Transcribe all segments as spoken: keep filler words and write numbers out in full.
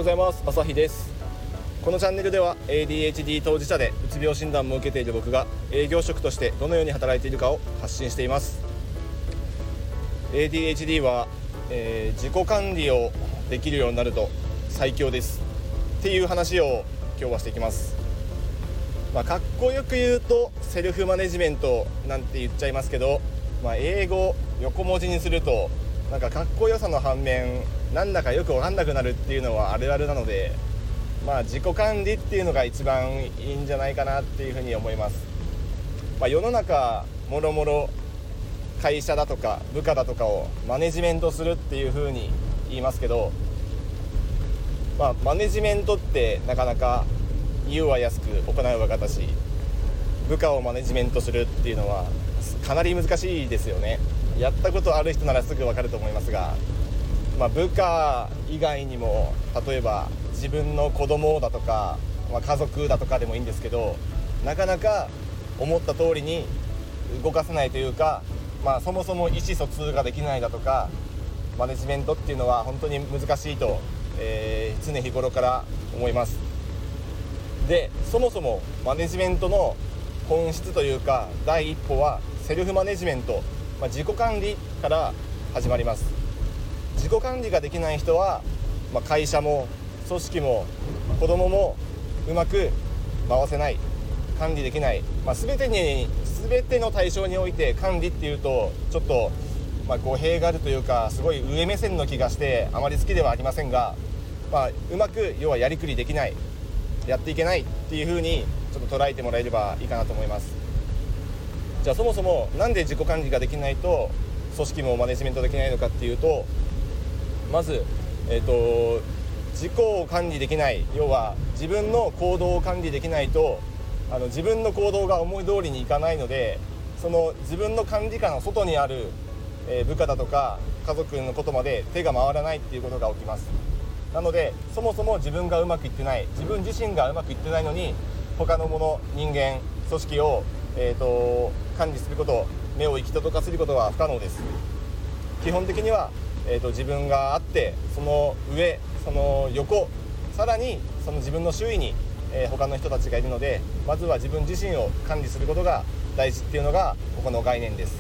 ございます。朝日です。このチャンネルでは エーディーエイチディー 当事者でうつ病診断も受けている僕が営業職としてどのように働いているかを発信しています。 エーディーエイチディー は、えー、自己管理をできるようになると最強ですっていう話を今日はしていきます。まあ、かっこよく言うとセルフマネジメントなんて言っちゃいますけど、まあ、英語横文字にするとなんかかっこよさの反面なんだかよく分かんなくなるっていうのはあるあるなので、まあ、自己管理っていうのが一番いいんじゃないかなっていうふうに思います。まあ、世の中もろもろ会社だとか部下だとかをマネジメントするっていうふうに言いますけど、まあ、マネジメントってなかなか言うは安く行うは難しい。部下をマネジメントするっていうのはかなり難しいですよね。やったことある人ならすぐ分かると思いますが、まあ、部下以外にも例えば自分の子供だとか、まあ、家族だとかでもいいんですけど、なかなか思った通りに動かせないというか、まあ、そもそも意思疎通ができないだとか、マネジメントっていうのは本当に難しいと、えー、常日頃から思います。で、そもそもマネジメントの本質というか第一歩はセルフマネジメント、まあ、自己管理から始まります。自己管理ができない人は、まあ、会社も組織も子供もうまく回せない、管理できない、まあ、全てに全ての対象において管理っていうとちょっと、まあ、語弊があるというかすごい上目線の気がしてあまり好きではありませんが、まあ、うまく要はやりくりできない、やっていけないっていう風にちょっと捉えてもらえればいいかなと思います。じゃあそもそもなんで自己管理ができないと組織もマネジメントできないのかっていうと、まず、えーと、自己を管理できない、要は自分の行動を管理できないとあの自分の行動が思い通りにいかないので、その自分の管理下の外にある、えー、部下だとか家族のことまで手が回らないっていうことが起きます。なのでそもそも自分がうまくいってない、自分自身がうまくいってないのに他のもの、人間、組織を、えーと、管理すること、目を行き届かせることは不可能です。基本的には、えーと、自分があって、その上、その横、さらにその自分の周囲に、えー、他の人たちがいるので、まずは自分自身を管理することが大事っていうのがここの概念です。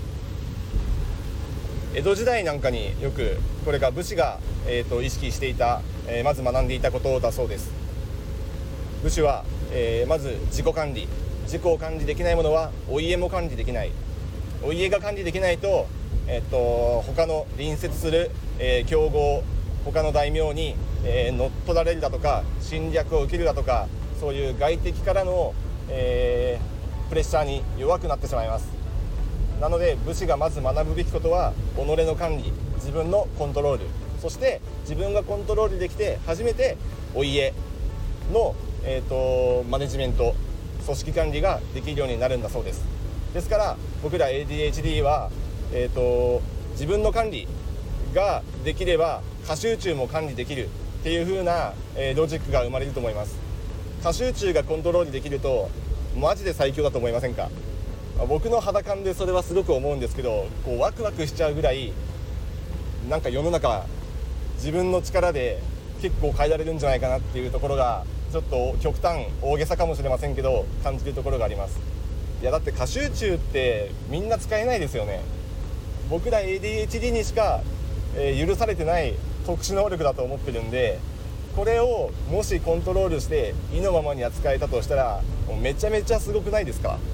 江戸時代なんかによくこれが武士が、えーと、意識していた、えー、まず学んでいたことだそうです。武士は、えー、まず自己管理、自己を管理できないものはお家も管理できない、お家が管理できないと、えー、と他の隣接する、えー、競合、他の大名に、えー、乗っ取られるだとか侵略を受けるだとか、そういう外敵からの、えー、プレッシャーに弱くなってしまいます。なので武士がまず学ぶべきことは己の管理、自分のコントロール、そして自分がコントロールできて初めてお家の、えー、とマネジメント、組織管理ができるようになるんだそうです。ですから僕ら エーディーエイチディー は、えー、と自分の管理ができれば過集中も管理できるっていう風な、えー、ロジックが生まれると思います。過集中がコントロールできるとマジで最強だと思いませんか？僕の肌感でそれはすごく思うんですけど、こうワクワクしちゃうぐらいなんか世の中自分の力で結構変えられるんじゃないかなっていうところがちょっと極端、大げさかもしれませんけど感じるところがあります。いやだって過集中ってみんな使えないですよね。僕ら エーディーエイチディー にしか、えー、許されてない特殊能力だと思ってるんで、これをもしコントロールして意のままに扱えたとしたらもうめちゃめちゃすごくないですか？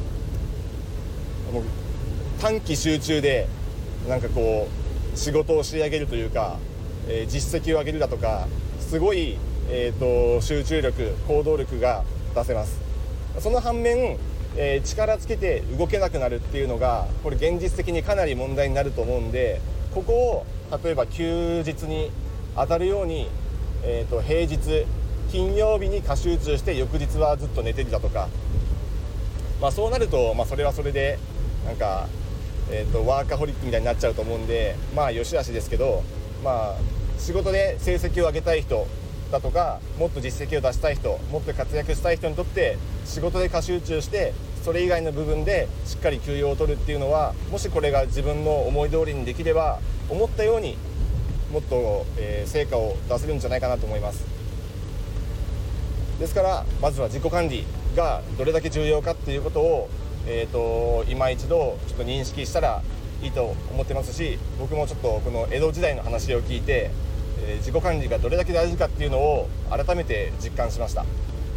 もう短期集中でなんかこう仕事を仕上げるというか、えー、実績を上げるだとか、すごい、えーと、集中力、行動力が出せます。その反面、えー、力つけて動けなくなるっていうのがこれ現実的にかなり問題になると思うんで、ここを例えば休日に当たるように、えーと、平日金曜日に過集中して翌日はずっと寝てるだとか、まあ、そうなると、まあ、それはそれでなんか、えーと、ワーカホリックみたいになっちゃうと思うんで、まあよしあしですけど、まあ仕事で成績を上げたい人だとか、もっと実績を出したい人、もっと活躍したい人にとって仕事で過集中してそれ以外の部分でしっかり休養を取るっていうのは、もしこれが自分の思い通りにできれば思ったようにもっと、えー、成果を出せるんじゃないかなと思います。ですからまずは自己管理がどれだけ重要かっていうことを、えーと、今一度ちょっと認識したらいいと思ってますし、僕もちょっとこの江戸時代の話を聞いて、えー、自己管理がどれだけ大事かっていうのを改めて実感しました。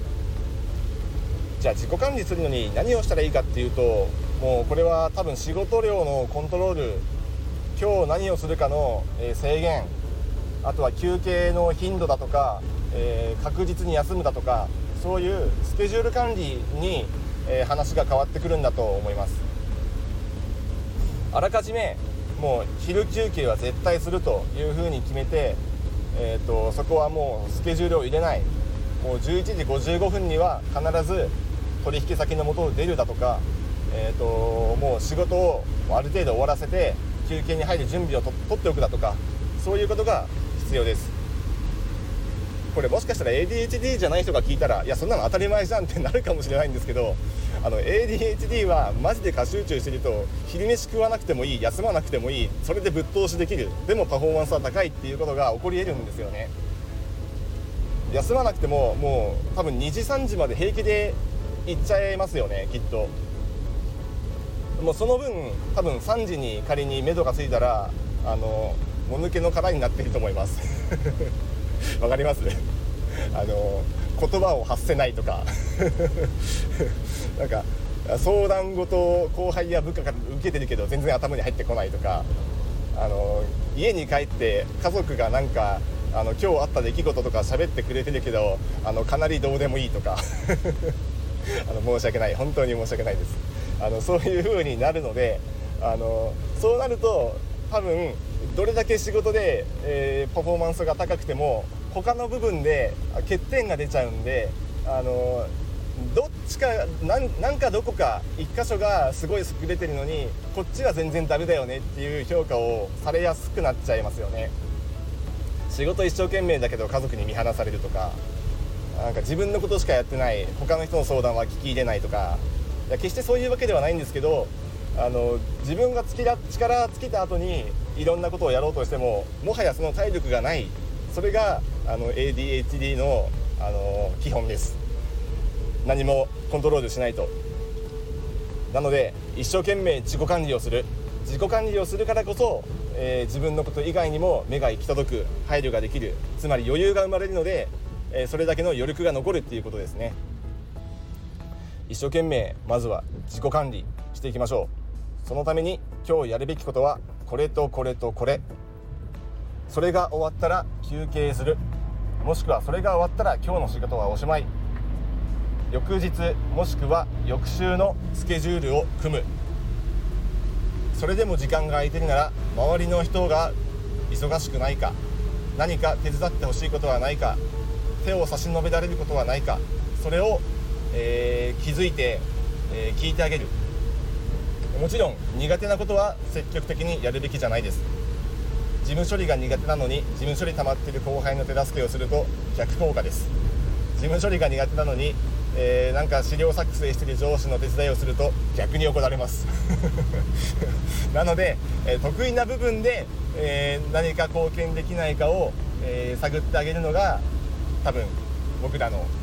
じゃあ自己管理するのに何をしたらいいかっていうと、もうこれは多分仕事量のコントロール、今日何をするかの制限、あとは休憩の頻度だとか、えー、確実に休むだとか、そういうスケジュール管理に、えー、話が変わってくるんだと思います。あらかじめもう昼休憩は絶対するというふうに決めて、えーと、そこはもうスケジュールを入れない、もうじゅういちじごじゅうごふんには必ず取引先の元を出るだとか、えーと、もう仕事をある程度終わらせて休憩に入る準備をと取っておくだとか、そういうことが必要です。これもしかしたら エーディーエイチディー じゃない人が聞いたら、いやそんなの当たり前じゃんってなるかもしれないんですけど、あの エーディーエイチディー はマジで過集中してると昼飯食わなくてもいい、休まなくてもいい、それでぶっ通しできる、でもパフォーマンスは高いっていうことが起こり得るんですよね。休まなくてももう多分にじさんじまで平気で行っちゃいますよね、きっと。もうその分多分さんじに仮に目処がついたら、あのもぬけの殻になっていると思いますわかりますあの言葉を発せないとかなんか相談事を後輩や部下から受けてるけど全然頭に入ってこないとか、あの家に帰って家族がなんかあの今日あった出来事とか喋ってくれてるけど、あのかなりどうでもいいとかあの申し訳ない、本当に申し訳ないです。あのそういう風になるので、あのそうなると多分どれだけ仕事で、えー、パフォーマンスが高くても他の部分で欠点が出ちゃうんで、あのどっちかなんなんかどこか一箇所がすごい優れてるのにこっちは全然ダメだよねっていう評価をされやすくなっちゃいますよね。仕事一生懸命だけど家族に見放されるとか、なんか自分のことしかやってない、他の人の相談は聞き入れないとか、いや決してそういうわけではないんですけど、あの自分がつきら力尽きた後にいろんなことをやろうとしてももはやその体力がない、それがあの エーディーエイチディー の、あの基本です。何もコントロールしないと。なので一生懸命自己管理をする、自己管理をするからこそ、えー、自分のこと以外にも目が行き届く、配慮ができる、つまり余裕が生まれるので、えー、それだけの余力が残るっていうことですね。一生懸命まずは自己管理していきましょう。そのために今日やるべきことはこれとこれとこれ、それが終わったら休憩する、もしくはそれが終わったら今日の仕事はおしまい、翌日もしくは翌週のスケジュールを組む。それでも時間が空いてるなら周りの人が忙しくないか、何か手伝ってほしいことはないか、手を差し伸べられることはないか、それを、えー、気づいて、えー、聞いてあげる。もちろん苦手なことは積極的にやるべきじゃないです。事務処理が苦手なのに事務処理溜まっている後輩の手助けをすると逆効果です。事務処理が苦手なのに、えー、なんか資料作成している上司の手伝いをすると逆に怒られますなので、えー、得意な部分で、えー、何か貢献できないかを、えー、探ってあげるのが多分僕らの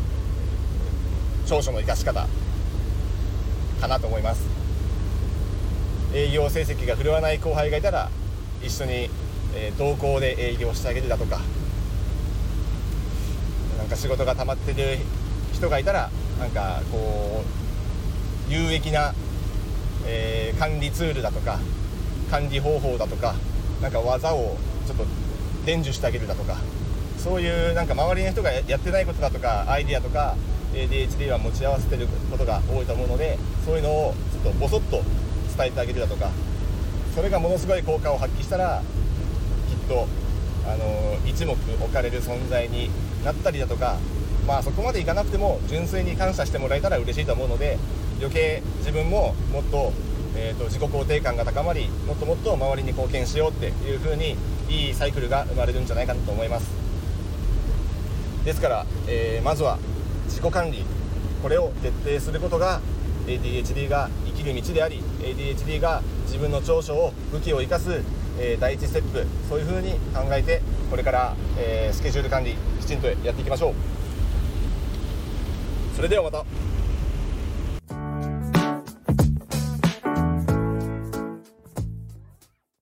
長所の生かし方かなと思います。営業成績が振るわない後輩がいたら一緒に、えー、同行で営業してあげるだとか、なんか仕事が溜まってる人がいたらなんかこう有益な、えー、管理ツールだとか管理方法だとか、なんか技をちょっと伝授してあげるだとか、そういうなんか周りの人がやってないことだとかアイディアとか エーディーエイチディー は持ち合わせてることが多いと思うので、そういうのをちょっとボソッと伝えてあげるだとか、それがものすごい効果を発揮したらきっとあの一目置かれる存在になったりだとか、まあそこまでいかなくても純粋に感謝してもらえたら嬉しいと思うので、余計自分ももっと、えーと自己肯定感が高まり、もっともっと周りに貢献しようっていう風にいいサイクルが生まれるんじゃないかなと思います。ですから、えー、まずは自己管理、これを徹底することが エーディーエイチディー が生きる道であり、 エーディーエイチディー が自分の長所を武器を生かすえー、第一ステップ、そういう風に考えてこれから、えー、スケジュール管理きちんとやっていきましょう。それではまた。